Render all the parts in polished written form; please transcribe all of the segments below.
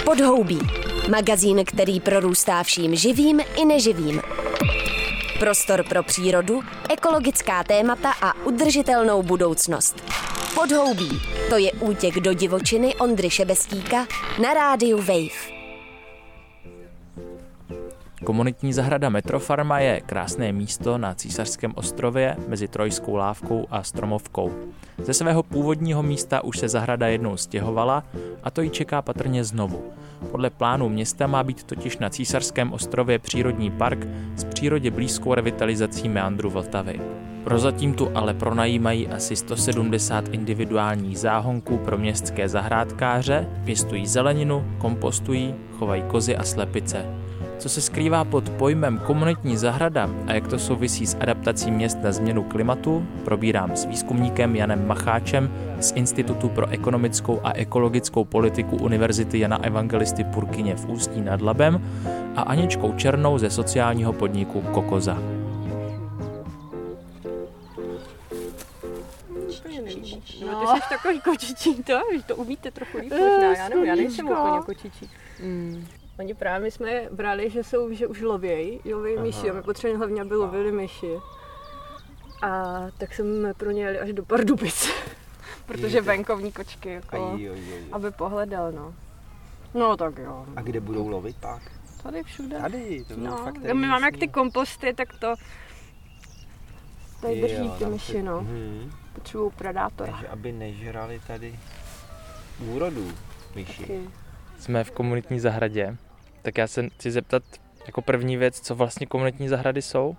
Podhoubí. Magazín, který prorůstá vším živým i neživým. Prostor pro přírodu, ekologická témata a udržitelnou budoucnost. Podhoubí. To je útěk do divočiny Ondry Šebestíka na rádiu Wave. Komunitní zahrada Metrofarma je krásné místo na Císařském ostrově mezi Trojskou lávkou a Stromovkou. Ze svého původního místa už se zahrada jednou stěhovala a to ji čeká patrně znovu. Podle plánu města má být totiž na Císařském ostrově přírodní park s přírodě blízkou revitalizací meandru Vltavy. Prozatím tu ale pronajímají asi 170 individuálních záhonků pro městské zahrádkáře, pěstují zeleninu, kompostují, chovají kozy a slepice. Co se skrývá pod pojmem komunitní zahrada a jak to souvisí s adaptací měst na změnu klimatu, probírám s výzkumníkem Janem Macháčem z Institutu pro ekonomickou a ekologickou politiku Univerzity Jana Evangelisty Purkyně v Ústí nad Labem a Aničkou Černou ze sociálního podniku Kokoza. No, ty jsi takový kočičí, to umíte trochu líp možná, já nejsem úplně kočičí. Oni právě jsme brali, že už lověj myši a my potřebujeme hlavně, aby lovili myši. A tak jsme pro ně jeli až do Pardubic, protože venkovní kočky, jako, aby pohledal, no. No tak jo. A kde budou lovit pak? Tady všude. Tady, to bylo fakt tady. My máme jak ty komposty, tak to tady drží ty myši, no. Potřebují predátora. Takže aby nežrali tady úrodu myši. Taky. Jsme v komunitní zahradě, tak já se chci zeptat jako první věc, co vlastně komunitní zahrady jsou?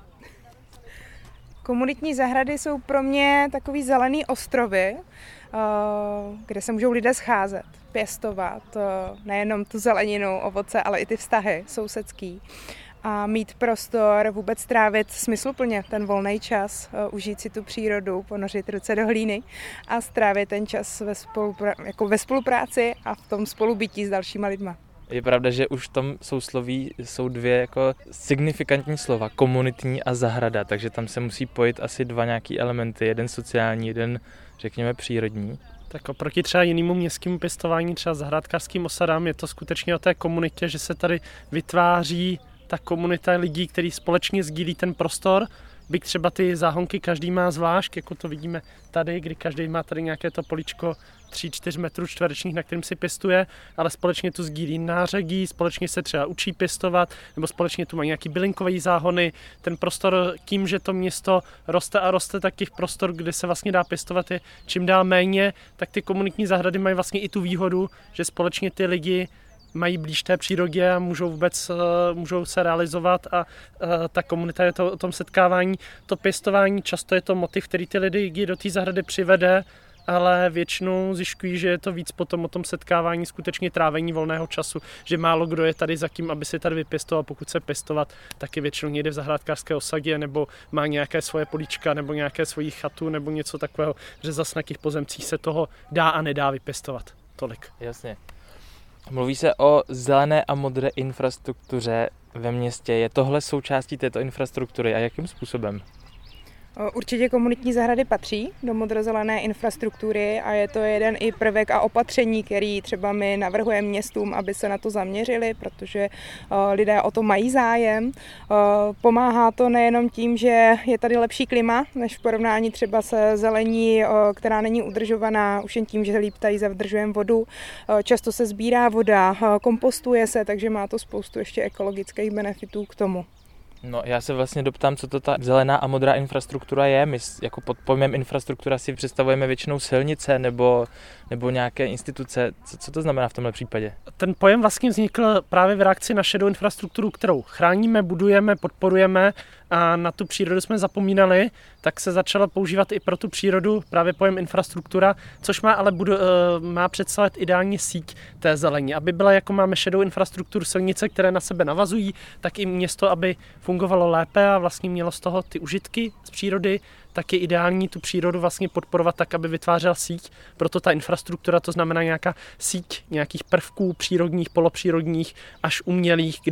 Komunitní zahrady jsou pro mě takový zelený ostrovy, kde se můžou lidé scházet, pěstovat nejenom tu zeleninu, ovoce, ale i ty vztahy sousedský. A mít prostor, vůbec trávit smysluplně ten volný čas, užít si tu přírodu, ponořit ruce do hlíny a strávit ten čas ve spolupráci a v tom spolubytí s dalšíma lidma. Je pravda, že už v tom sousloví jsou dvě jako signifikantní slova, komunitní a zahrada, takže tam se musí pojit asi dva nějaký elementy, jeden sociální, jeden řekněme přírodní. Tak oproti třeba jinému městskému pěstování, třeba zahrádkářským osadám, je to skutečně o té komunitě, že se tady vytváří ta komunita lidí, kteří společně sdílí ten prostor, byť třeba ty záhonky každý má zvlášť, jako to vidíme tady, kdy každý má tady nějaké to políčko 3-4 metrů čtverečních, na kterým si pěstuje, ale společně tu sdílí nářadí, společně se třeba učí pěstovat, nebo společně tu mají nějaký bylinkové záhony. Ten prostor tím, že to město roste a roste, tak těch prostor, kde se vlastně dá pěstovat, je čím dál méně, tak ty komunitní zahrady mají vlastně i tu výhodu, že společně ty lidi mají blíž té přírodě a můžou se realizovat a ta komunita je to o tom setkávání. To pěstování často je to motiv, který ty lidi do té zahrady přivede, ale většinou zjišťují, že je to víc potom o tom setkávání, skutečně trávení volného času, že málo kdo je tady za tím, aby si tady vypěstoval, pokud se pěstovat, tak je většinou někde v zahrádkářské osadě nebo má nějaké svoje políčka nebo nějaké svoji chatu nebo něco takového, že zas na těch pozemcích se toho dá a nedá vypěstovat tolik. Jasně. Mluví se o zelené a modré infrastruktuře ve městě. Je tohle součástí této infrastruktury a jakým způsobem? Určitě komunitní zahrady patří do modrozelené infrastruktury a je to jeden i prvek a opatření, který třeba my navrhujeme městům, aby se na to zaměřili, protože lidé o to mají zájem. Pomáhá to nejenom tím, že je tady lepší klima, než v porovnání třeba se zelení, která není udržovaná, už jen tím, že líp tady zadržujeme vodu. Často se sbírá voda, kompostuje se, takže má to spoustu ještě ekologických benefitů k tomu. No, já se vlastně doptám, co to ta zelená a modrá infrastruktura je. My jako pod pojmem infrastruktura si představujeme většinou silnice nebo nějaké instituce. Co to znamená v tomhle případě? Ten pojem vlastně vznikl právě v reakci na šedou infrastrukturu, kterou chráníme, budujeme, podporujeme a na tu přírodu jsme zapomínali, tak se začalo používat i pro tu přírodu právě pojem infrastruktura, což má ale má představit ideálně síť té zelení, aby byla, jako máme šedou infrastrukturu, silnice, které na sebe navazují, tak i město, aby fungovalo lépe a vlastně mělo z toho ty užitky z přírody, tak je ideální tu přírodu vlastně podporovat tak, aby vytvářela síť. Proto ta infrastruktura, to znamená nějaká síť nějakých prvků přírodních, polopřírodních až umělých,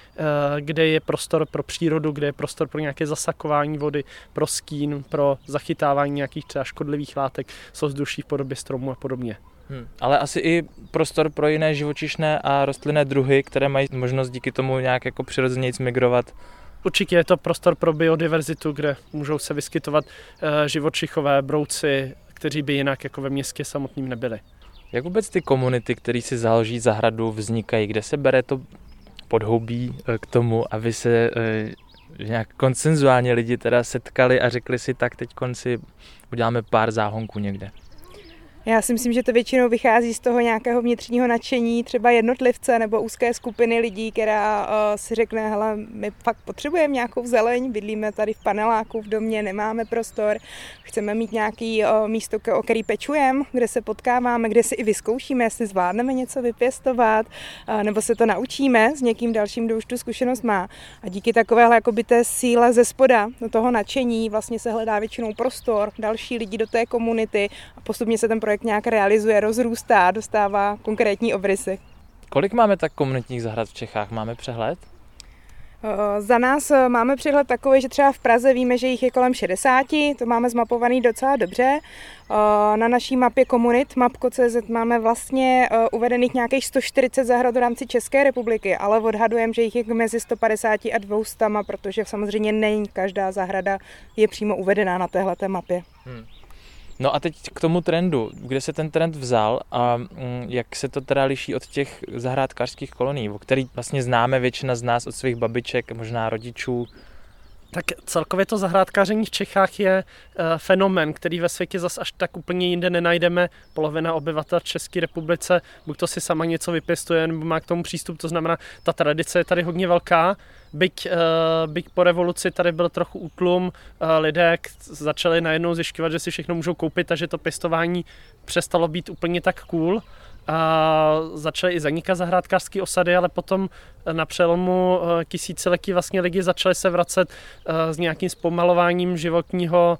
kde je prostor pro přírodu, kde je prostor pro nějaké zasakování vody, pro skín, pro zachytávání nějakých třeba škodlivých látek z ovzduší v podobě stromů a podobně. Ale asi i prostor pro jiné živočišné a rostlinné druhy, které mají možnost díky tomu nějak jako přirozeně migrovat. Určitě je to prostor pro biodiverzitu, kde můžou se vyskytovat živočichové, brouci, kteří by jinak jako ve městě samotným nebyli. Jak vůbec ty komunity, které si založí zahradu, vznikají? Kde se bere to podhoubí k tomu, aby se nějak konsenzuálně lidi teda setkali a řekli si, tak teď si uděláme pár záhonků někde? Já si myslím, že to většinou vychází z toho nějakého vnitřního nadšení, třeba jednotlivce nebo úzké skupiny lidí, která si řekne, hele, my fakt potřebujeme nějakou zeleň, bydlíme tady v paneláku v domě, nemáme prostor, chceme mít nějaký místo, o který pečujeme, kde se potkáváme, kde si i vyzkoušíme, jestli zvládneme něco vypěstovat, nebo se to naučíme s někým dalším, kdo už tu zkušenost má. A díky takovéhle jakoby té síle ze spoda, do toho nadšení, vlastně se hledá většinou prostor, další lidi do té komunity a postupně se ten projekt nějak realizuje, rozrůstá, dostává konkrétní obrysy. Kolik máme tak komunitních zahrad v Čechách? Máme přehled? Za nás máme přehled takový, že třeba v Praze víme, že jich je kolem 60, to máme zmapovaný docela dobře. Na naší mapě komunit mapko.cz máme vlastně uvedených nějakých 140 zahrad v rámci České republiky, ale odhadujeme, že jich je mezi 150 a 200, protože samozřejmě není každá zahrada je přímo uvedená na téhleté mapě. No a teď k tomu trendu. Kde se ten trend vzal a jak se to teda liší od těch zahrádkářských kolonií, o kterých vlastně známe většina z nás od svých babiček, možná rodičů? Tak celkově to zahrádkáření v Čechách je fenomén, který ve světě zas až tak úplně jinde nenajdeme. Polovina obyvatel v České republice buď to si sama něco vypěstuje, nebo má k tomu přístup, to znamená, ta tradice je tady hodně velká. Byť po revoluci tady byl trochu útlum, lidé začali najednou zjišťovat, že si všechno můžou koupit a že to pěstování přestalo být úplně tak cool. A začaly i zanikat zahrádkářské osady, ale potom na přelomu tisíciletí vlastně lidi začaly se vracet s nějakým zpomalováním životního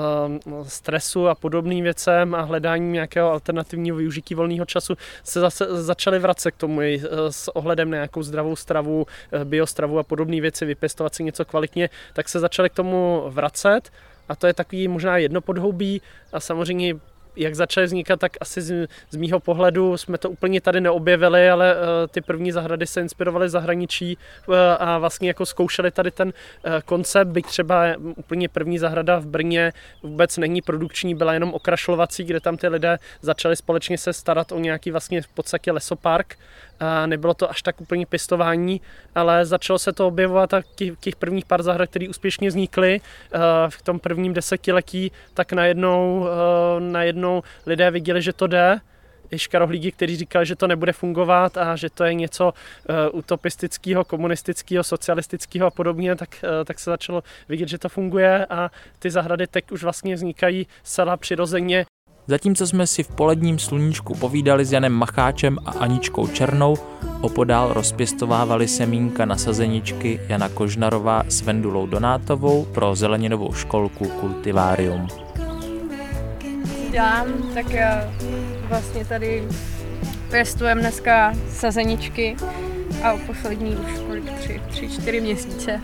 stresu a podobným věcem a hledáním nějakého alternativního využití volného času se zase začaly vracet k tomu s ohledem na nějakou zdravou stravu, biostravu a podobné věci, vypěstovat si něco kvalitně, tak se začaly k tomu vracet a to je takový možná jedno podhoubí a samozřejmě jak začaly vznikat, tak asi z mýho pohledu jsme to úplně tady neobjevili, ale ty první zahrady se inspirovaly v zahraničí a vlastně jako zkoušeli tady ten koncept, byť třeba úplně první zahrada v Brně vůbec není produkční, byla jenom okrašlovací, kde tam ty lidé začali společně se starat o nějaký vlastně v podstatě lesopark. A nebylo to až tak úplně pěstování, ale začalo se to objevovat a těch prvních pár zahrad, které úspěšně vznikly v tom prvním desetiletí, tak najednou lidé viděli, že to jde. I škarohlídi, kteří říkali, že to nebude fungovat a že to je něco utopistického, komunistického, socialistického a podobně, tak se začalo vidět, že to funguje a ty zahrady teď už vlastně vznikají zcela přirozeně. Zatímco jsme si v poledním sluníčku povídali s Janem Macháčem a Aničkou Černou, opodál rozpěstovávali semínka na sazeničky Jana Kožnarová s Vendulou Donátovou pro zeleninovou školku Kultivárium. Dělám, tak vlastně tady pěstujeme dneska sazeničky a poslední už 3-4 měsíce.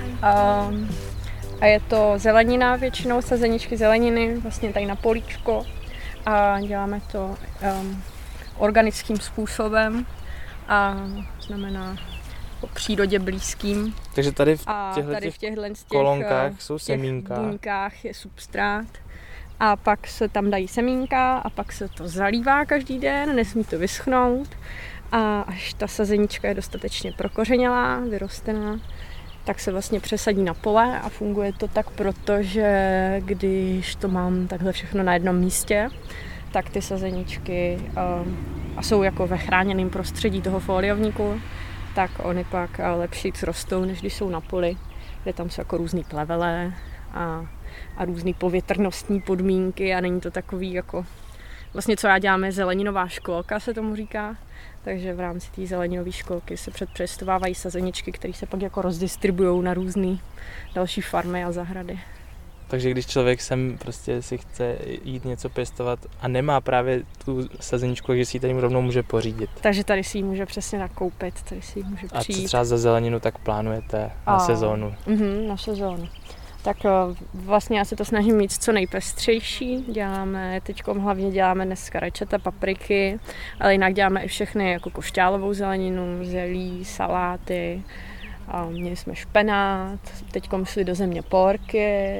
A je to zelenina většinou, sazeničky zeleniny, vlastně tady na políčko. A děláme to organickým způsobem a znamená po přírodě blízkým. Takže tady v těchto kolonkách jsou semínka. V buňkách je substrát a pak se tam dají semínka a pak se to zalívá každý den, nesmí to vyschnout a až ta sazenička je dostatečně prokořenělá, vyrostená, tak se vlastně přesadí na pole a funguje to tak, protože když to mám takhle všechno na jednom místě, tak ty sazeničky a jsou jako ve chráněném prostředí toho foliovníku, tak oni pak lepší rostou, než když jsou na poli, kde tam jsou jako různý plevele a různý povětrnostní podmínky a není to takový jako vlastně co já dělám je zeleninová školka, se tomu říká. Takže v rámci té zeleninové školky se předpěstovávají sazeničky, které se pak jako rozdistribují na různé další farmy a zahrady. Takže když člověk sem prostě si chce jít něco pěstovat a nemá právě tu sazeničku, takže si ji tady rovnou může pořídit. Takže tady si ji může přesně nakoupit, tady si ji může přijít. A co třeba za zeleninu tak plánujete na sezónu? Na sezónu. Tak vlastně já se to snažím mít co nejpestřejší. Hlavně děláme dneska rajčata, papriky, ale jinak děláme i všechny jako košťálovou zeleninu, zelí, saláty. Měli jsme špenát, teďkom šli do země porky,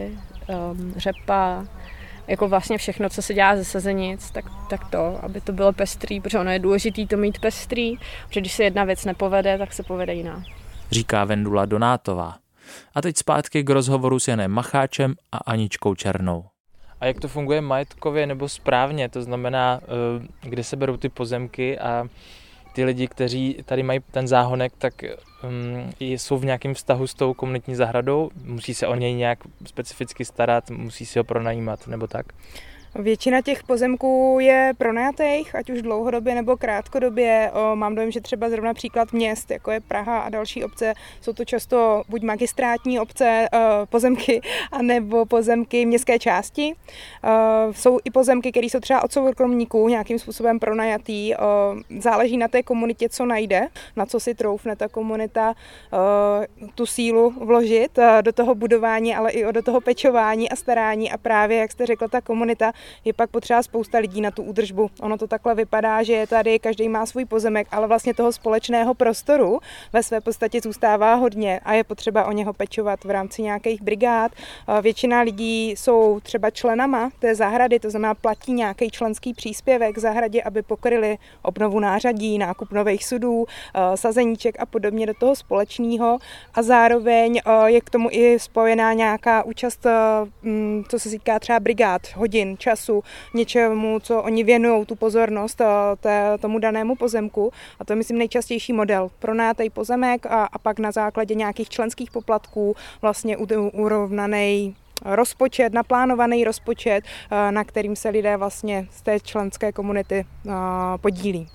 řepa, jako vlastně všechno, co se dělá ze sazenic, tak to, aby to bylo pestrý, protože ono je důležité to mít pestrý, protože když se jedna věc nepovede, tak se povede jiná. Říká Vendula Donátová. A teď zpátky k rozhovoru s Janem Macháčem a Aničkou Černou. A jak to funguje majetkově nebo správně? To znamená, kde se berou ty pozemky a ty lidi, kteří tady mají ten záhonek, tak jsou v nějakém vztahu s tou komunitní zahradou? Musí se o něj nějak specificky starat? Musí si ho pronajímat nebo tak? Většina těch pozemků je pronajatých, ať už dlouhodobě nebo krátkodobě. Mám dojem, že třeba zrovna příklad měst, jako je Praha a další obce, jsou to často buď magistrátní obce, pozemky, anebo pozemky městské části. Jsou i pozemky, které jsou třeba od soukromníků nějakým způsobem pronajatý. Záleží na té komunitě, co najde, na co si troufne ta komunita tu sílu vložit do toho budování, ale i do toho pečování a starání. A právě, jak jste řekla, ta komunita je pak potřeba spousta lidí na tu údržbu. Ono to takhle vypadá, že je tady, každý má svůj pozemek, ale vlastně toho společného prostoru ve své podstatě zůstává hodně a je potřeba o něho pečovat v rámci nějakých brigád. Většina lidí jsou třeba členama té zahrady, to znamená platí nějaký členský příspěvek k zahradě, aby pokryli obnovu nářadí, nákup nových sudů, sazeníček a podobně do toho společného a zároveň je k tomu i spojená nějaká účast, co se týká třeba brigád, hodin, času, něčemu, co oni věnují tu pozornost tomu danému pozemku. A to je, myslím, nejčastější model. Pronajatý pozemek a pak na základě nějakých členských poplatků vlastně urovnaný rozpočet, naplánovaný rozpočet, na kterým se lidé vlastně z té členské komunity podílí.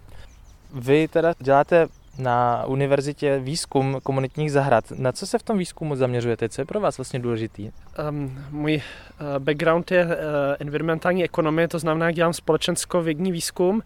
Vy teda děláte na univerzitě výzkum komunitních zahrad. Na co se v tom výzkumu zaměřujete? Co je pro vás vlastně důležitý? Můj background je environmentální ekonomie, to znamená, že dělám společensko-vědní výzkum.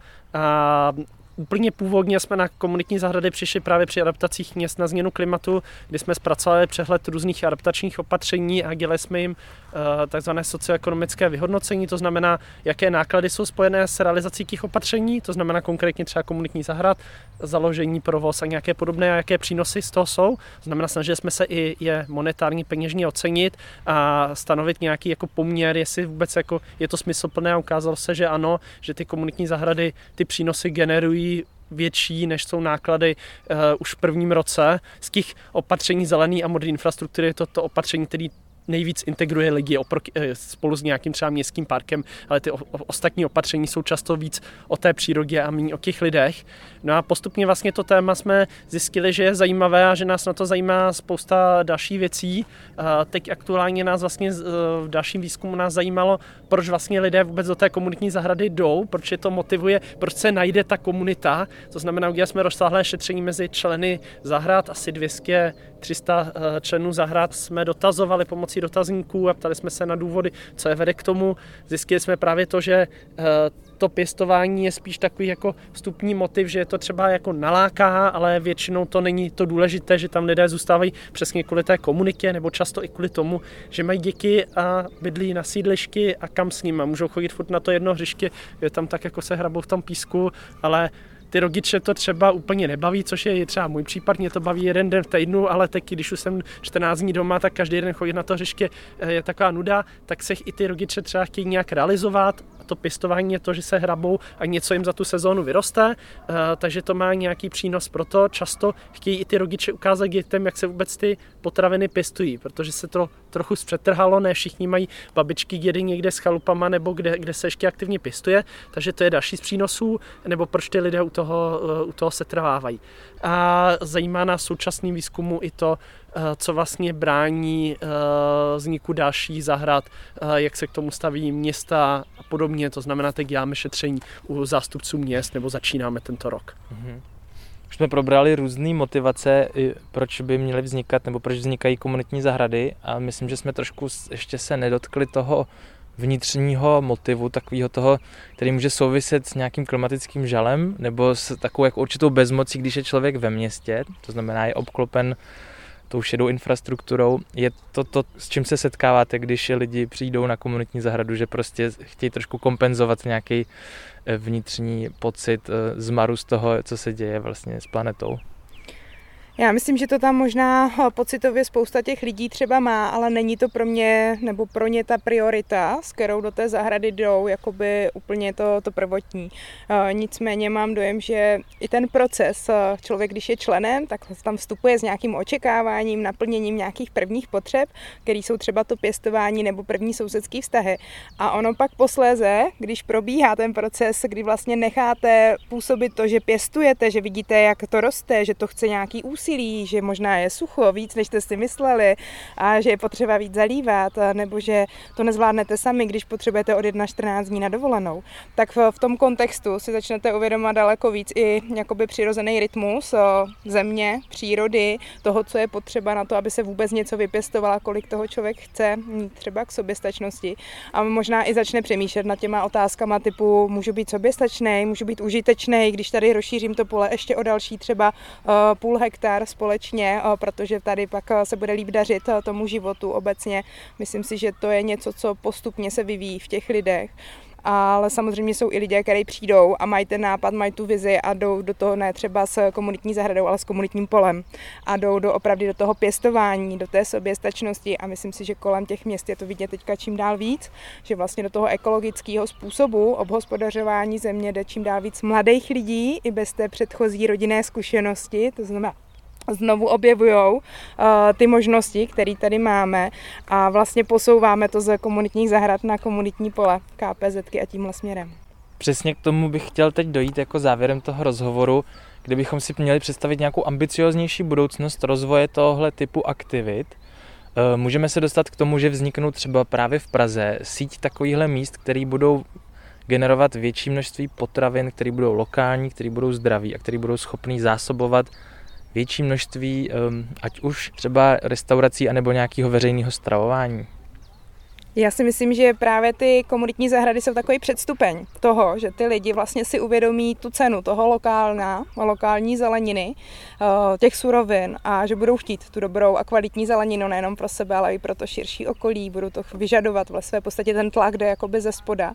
A úplně původně jsme na komunitní zahrady přišli právě při adaptacích měst na změnu klimatu, kdy jsme zpracovali přehled různých adaptačních opatření a dělali jsme jim takzvané socioekonomické vyhodnocení, to znamená, jaké náklady jsou spojené s realizací těch opatření, to znamená konkrétně třeba komunitní zahrad, založení, provoz a nějaké podobné a jaké přínosy z toho jsou. To znamená, snažili jsme se i je monetárně peněžně ocenit a stanovit nějaký jako poměr, jestli vůbec jako je to smysluplné a ukázalo se, že ano, že ty komunitní zahrady ty přínosy generují větší, než jsou náklady už v prvním roce. Z těch opatření zelený a moderní infrastruktury je to opatření, který nejvíc integruje lidi spolu s nějakým třeba městským parkem, ale ty ostatní opatření jsou často víc o té přírodě a méně o těch lidech. No a postupně vlastně to téma jsme zjistili, že je zajímavé a že nás na to zajímá spousta dalších věcí. Teď aktuálně nás vlastně v dalším výzkumu nás zajímalo, proč vlastně lidé vůbec do té komunitní zahrady jdou, proč je to motivuje, proč se najde ta komunita. To znamená, udělali jsme rozsáhlé šetření mezi členy zahrad, asi 200-300 členů zahrad jsme dotazovali pomocí dotazníků a ptali jsme se na důvody, co je vede k tomu. Zjistili jsme právě to, že to pěstování je spíš takový jako vstupní motiv, že je to třeba jako naláká, ale většinou to není to důležité, že tam lidé zůstávají přesně kvůli té komunitě nebo často i kvůli tomu, že mají děti a bydlí na sídlišti a kam s nimi. Můžou chodit furt na to jedno hřiště, je tam tak jako se hrabou v tom písku, ale ty rodiče to třeba úplně nebaví, což je třeba můj případ, mě to baví jeden den v týdnu, ale teď, když už jsem 14 dní doma, tak každý den chodit na to hřiště je taková nuda, tak se i ty rodiče třeba chtějí nějak realizovat. A to pěstování je to, že se hrabou a něco jim za tu sezónu vyroste, takže to má nějaký přínos. Proto často chtějí i ty rodiče ukázat dětem, jak se vůbec ty potraviny pěstují, protože se to trochu zpřetrhalo, ne všichni mají babičky, dědy někde s chalupama nebo kde se ještě aktivně pěstuje, takže to je další z přínosů, nebo proč ty lidé u toho se trvávají. A zajímá nás v současném výzkumu i to, co vlastně brání vzniku dalších zahrad, jak se k tomu staví města a podobně. To znamená, teď děláme šetření u zástupců měst, nebo začínáme tento rok. Už jsme probrali různé motivace, proč by měly vznikat, nebo proč vznikají komunitní zahrady a myslím, že jsme trošku ještě se nedotkli toho vnitřního motivu, takového toho, který může souviset s nějakým klimatickým žalem nebo s takovou jako určitou bezmocí, když je člověk ve městě, to znamená je obklopen tou šedou infrastrukturou. Je to, s čím se setkáváte, když lidi přijdou na komunitní zahradu, že prostě chtějí trošku kompenzovat nějaký vnitřní pocit zmaru z toho, co se děje vlastně s planetou? Já myslím, že to tam možná pocitově spousta těch lidí třeba má, ale není to pro mě nebo pro ně ta priorita, s kterou do té zahrady jdou, jakoby úplně to prvotní. Nicméně mám dojem, že i ten proces, člověk, když je členem, tak tam vstupuje s nějakým očekáváním, naplněním nějakých prvních potřeb, které jsou třeba to pěstování nebo první sousedský vztahy. A ono pak posléze, když probíhá ten proces, kdy vlastně necháte působit to, že pěstujete, že vidíte, jak to roste, že to chce nějaký úsilí, že možná je sucho víc, než jste si mysleli a že je potřeba víc zalívat, nebo že to nezvládnete sami, když potřebujete odjet na 14 dní na dovolenou, tak v tom kontextu si začnete uvědomovat daleko víc i jakoby přirozený rytmus země, přírody, toho, co je potřeba na to, aby se vůbec něco vypěstovalo, kolik toho člověk chce mít třeba k soběstačnosti. A možná i začne přemýšlet nad těma otázkama typu můžu být soběstačnej, můžu být užitečnej, když tady rozšířím to pole ještě o další třeba půl hektar společně, protože tady pak se bude líp dařit tomu životu obecně. Myslím si, že to je něco, co postupně se vyvíjí v těch lidech. Ale samozřejmě jsou i lidé, kteří přijdou a mají ten nápad, mají tu vizi a jdou do toho ne třeba s komunitní zahradou, ale s komunitním polem. A jdou opravdu do toho pěstování, do té soběstačnosti a myslím si, že kolem těch měst je to vidět teďka čím dál víc, že vlastně do toho ekologického způsobu obhospodařování země jde čím dál víc mladých lidí i bez té předchozí rodinné zkušenosti, to znamená znovu objevujou ty možnosti, které tady máme a vlastně posouváme to z komunitních zahrad na komunitní pole KPZky a tímhle směrem. Přesně k tomu bych chtěl teď dojít jako závěrem toho rozhovoru, kde bychom si měli představit nějakou ambicioznější budoucnost rozvoje tohohle typu aktivit. Můžeme se dostat k tomu, že vzniknou třeba právě v Praze síť takovýchhle míst, které budou generovat větší množství potravin, které budou lokální, které budou zdraví a které budou schopný zásobovat větší množství, ať už třeba restaurací, anebo nějakého veřejného stravování. Já si myslím, že právě ty komunitní zahrady jsou takový předstupeň toho, že ty lidi vlastně si uvědomí tu cenu toho lokální zeleniny, těch surovin a že budou chtít tu dobrou a kvalitní zeleninu nejenom pro sebe, ale i pro to širší okolí, budou to vyžadovat v své podstatě ten tlak jde jakoby ze spoda.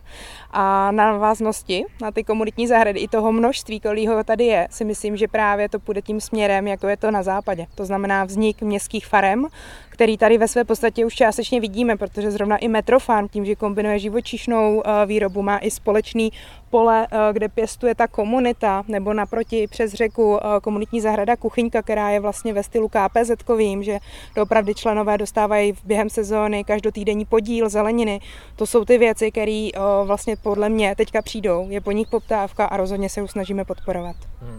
A na návaznosti na ty komunitní zahrady i toho množství, kolikho tady je, si myslím, že právě to půjde tím směrem, jako je to na západě. To znamená vznik městských farem, který tady ve své podstatě už částečně vidíme, protože zrovna i Metrofarm tím, že kombinuje živočišnou výrobu, má i společný pole, kde pěstuje ta komunita, nebo naproti přes řeku komunitní zahrada Kuchyňka, která je vlastně ve stylu KPZ-kovým, že opravdu členové dostávají během sezóny každotýdenní podíl zeleniny. To jsou ty věci, které vlastně podle mě teďka přijdou. Je po nich poptávka a rozhodně se už snažíme podporovat.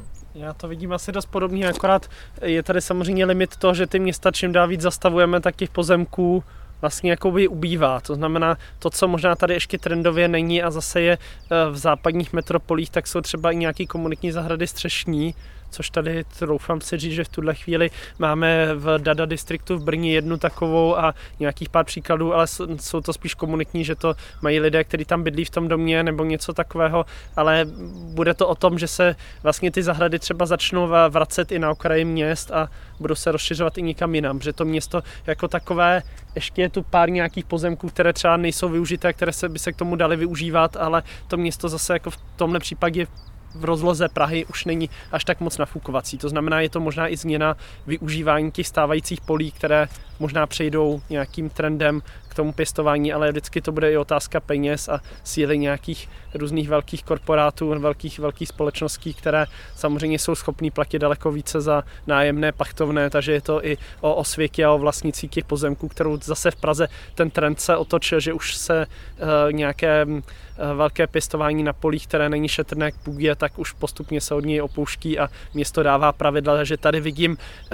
Já to vidím asi dost podobně, akorát je tady samozřejmě limit toho, že ty města čím dál víc zastavujeme, tak těch pozemků vlastně jakoby ubývá. To znamená, to, co možná tady ještě trendově není a zase je v západních metropolích, tak jsou třeba i nějaký komunitní zahrady střešní, což tady troufám si říct, že v tuhle chvíli máme v Dada distriktu v Brně jednu takovou a nějakých pár příkladů, ale jsou to spíš komunitní, že to mají lidé, kteří tam bydlí v tom domě nebo něco takového, ale bude to o tom, že se vlastně ty zahrady třeba začnou vracet i na okraji měst a budou se rozšiřovat i někam jinam, že to město jako takové, ještě je tu pár nějakých pozemků, které třeba nejsou využité, které by se k tomu daly využívat, ale to město zase jako v tomhle případě v rozloze Prahy už není až tak moc nafukovací. To znamená, je to možná i změna využívání těch stávajících polí, které možná přejdou nějakým trendem k tomu pěstování, ale vždycky to bude i otázka peněz a síly nějakých různých velkých korporátů, velkých společností, které samozřejmě jsou schopní platit daleko více za nájemné, pachtovné, takže je to i o osvětě a o vlastnicích těch pozemků, kterou zase v Praze ten trend se otočil, že už se nějaké velké pěstování na polích, které není šetrné k půdě, tak už postupně se od něj opouští a město dává pravidla, že tady vidím,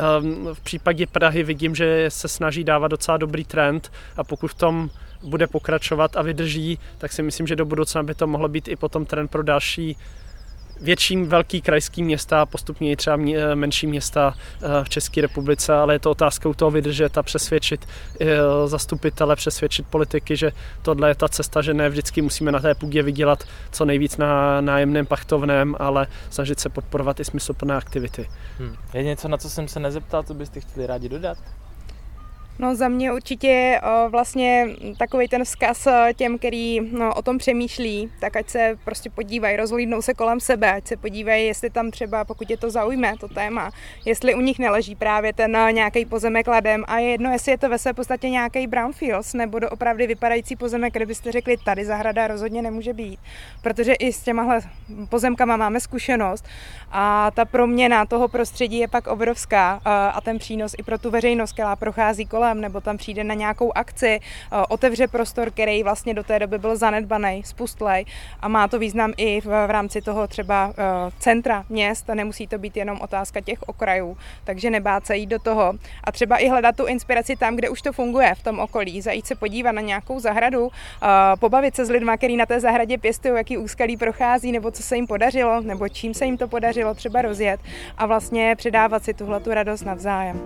v případě Prahy vidím, že se snaží dávat docela dobrý trend a pokud v tom bude pokračovat a vydrží, tak si myslím, že do budoucna by to mohlo být i potom trend pro další velký krajský města, postupně i třeba menší města v České republice, ale je to otázkou toho vydržet a přesvědčit zastupitele, přesvědčit politiky, že tohle je ta cesta, že ne vždycky musíme na té půdě vydělat co nejvíc na nájemném pachtovném, ale snažit se podporovat i smysluplné aktivity. Je něco, na co jsem se nezeptal, co byste chtěli rádi dodat? No za mě určitě vlastně takový ten vzkaz těm, který o tom přemýšlí, tak ať se prostě podívají, rozhlídnou se kolem sebe, ať se podívají, jestli tam třeba, pokud je to zaujme, to téma, jestli u nich neleží právě ten nějaký pozemek ladem a je jedno, jestli je to ve své podstatě nějaký brownfields nebo doopravdy vypadající pozemek, kde byste řekli, tady zahrada rozhodně nemůže být, protože i s těmahle pozemkama máme zkušenost a ta proměna toho prostředí je pak obrovská a ten přínos i pro tu veřejnost, která prochází kolem, nebo tam přijde na nějakou akci, otevře prostor, který vlastně do té doby byl zanedbaný, spustlej a má to význam i v rámci toho třeba centra měst a nemusí to být jenom otázka těch okrajů, takže nebát se jít do toho a třeba i hledat tu inspiraci tam, kde už to funguje v tom okolí, zajít se podívat na nějakou zahradu, pobavit se s lidma, který na té zahradě pěstují, jaký úskalí prochází, nebo co se jim podařilo, nebo čím se jim to podařilo třeba rozjet a vlastně předávat si tuhletu radost navzájem.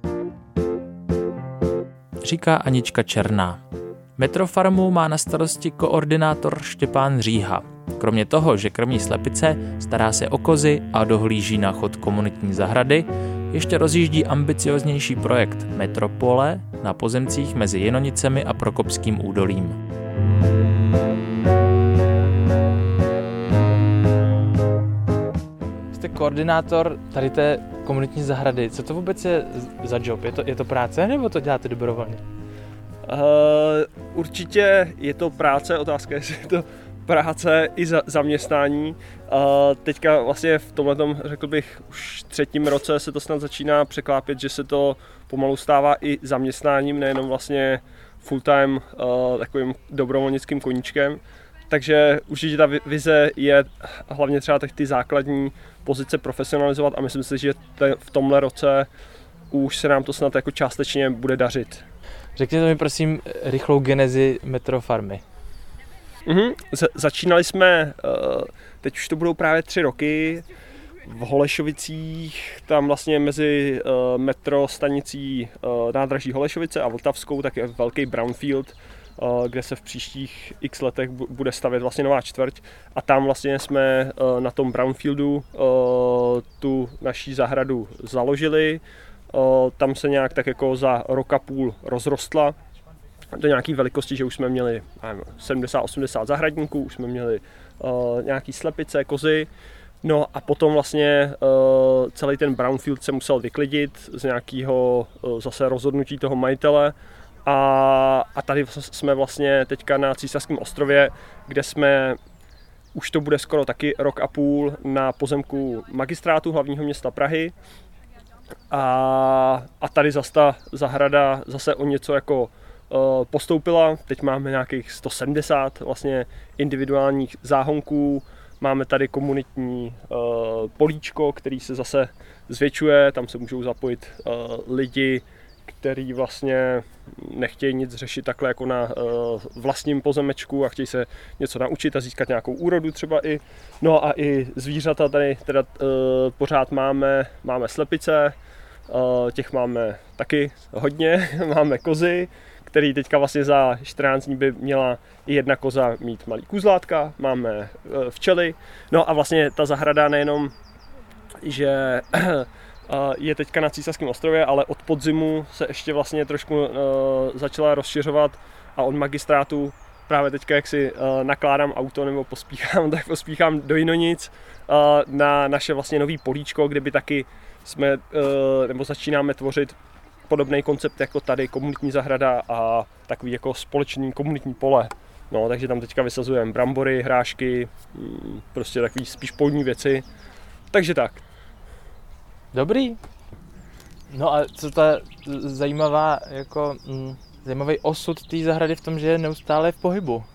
Říká Anička Černá. Metrofarmu má na starosti koordinátor Štěpán Říha. Kromě toho, že krmí slepice, stará se o kozy a dohlíží na chod komunitní zahrady, ještě rozjíždí ambicioznější projekt Metropole na pozemcích mezi Jinonicemi a Prokopským údolím. Jste koordinátor tady té komunitní zahrady. Co to vůbec je za job? Je to práce, nebo to děláte dobrovolně? Určitě je to práce, otázka je, jestli je to práce i zaměstnání. Teďka vlastně v tomhletom, řekl bych, už 3. roce se to snad začíná překlápět, že se to pomalu stává i zaměstnáním, nejenom vlastně full time takovým dobrovolnickým koníčkem. Takže určitě ta vize je hlavně třeba ty základní pozice profesionalizovat a myslím si, že v tomhle roce už se nám to snad jako částečně bude dařit. Řekněte mi prosím rychlou genezi Metrofarmy. Začínali jsme, teď už to budou právě 3 roky, v Holešovicích, tam vlastně mezi metro stanicí nádraží Holešovice a Vltavskou, tak je velký brownfield, kde se v příštích x letech bude stavět vlastně nová čtvrť a tam vlastně jsme na tom brownfieldu tu naší zahradu založili. Tam se nějak tak jako za rok a půl rozrostla do nějaké velikosti, že už jsme měli 70-80 zahradníků, už jsme měli nějaký slepice, kozy. No a potom vlastně celý ten brownfield se musel vyklidit z nějakého zase rozhodnutí toho majitele. A tady jsme vlastně teďka na Císařském ostrově, kde jsme, už to bude skoro taky rok a půl, na pozemku magistrátu hlavního města Prahy. A tady zase ta zahrada zase o něco jako postoupila. Teď máme nějakých 170 vlastně individuálních záhonků. Máme tady komunitní políčko, který se zase zvětšuje, tam se můžou zapojit lidi, který vlastně nechtějí nic řešit takhle jako na vlastním pozemečku a chtějí se něco naučit a získat nějakou úrodu třeba i. No a i zvířata tady teda pořád máme slepice, těch máme taky hodně, máme kozy, který teďka vlastně za 14 dní by měla i jedna koza mít malý kůzlátka, máme včely. No a vlastně ta zahrada nejenom, že je teďka na Císařském ostrově, ale od podzimu se ještě vlastně trošku začala rozšiřovat a od magistrátu právě teďka, jak si nakládám auto nebo pospíchám, tak pospíchám do Jinonic na naše vlastně nový políčko, kde by taky jsme, nebo začínáme tvořit podobný koncept jako tady, komunitní zahrada a takový jako společný komunitní pole. No, takže tam teďka vysazujeme brambory, hrášky, prostě takový spíš polní věci. Takže tak. Dobrý. No a co ta zajímavá, jako zajímavý osud té zahrady v tom, že je neustále v pohybu?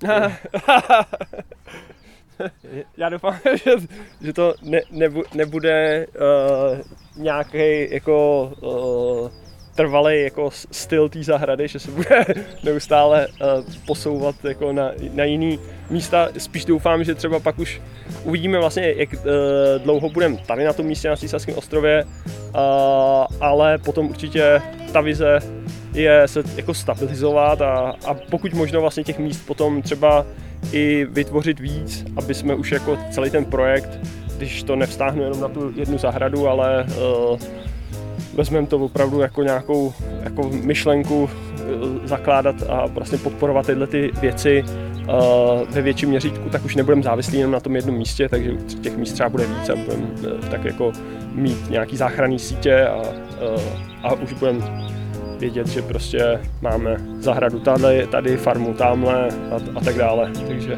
Já doufám, že to nebude nějaký jako trvalý jako styl té zahrady, že se bude neustále posouvat jako na místa spíš doufám, že třeba pak už uvidíme vlastně, jak dlouho budeme tady na tom místě na Císařském ostrově, ale potom určitě ta vize je se jako stabilizovat a pokud možno vlastně těch míst potom třeba i vytvořit víc, aby jsme už jako celý ten projekt, když to nevztáhnu jenom na tu jednu zahradu, ale vezmeme to opravdu jako nějakou jako myšlenku zakládat a vlastně podporovat tyhle ty věci ve větším měřítku, tak už nebudeme závislí jenom na tom jednom místě, takže těch míst třeba bude víc a budeme tak jako mít nějaký záchranný sítě a už budeme vědět, že prostě máme zahradu tady farmu tamhle a tak dále, takže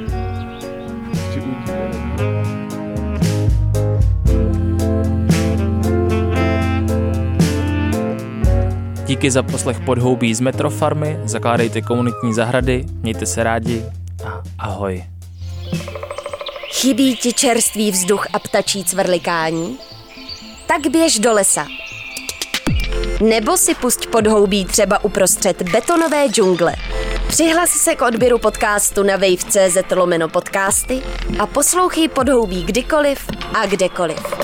Díky za poslech Podhoubí z Metrofarmy, zakládejte komunitní zahrady, mějte se rádi a ahoj. Chybí ti čerstvý vzduch a ptačí cvrlikání? Tak běž do lesa. Nebo si pusť Podhoubí třeba uprostřed betonové džungle. Přihlasi se k odběru podcastu na wave.cz/podcasty a poslouchej Podhoubí kdykoliv a kdekoliv.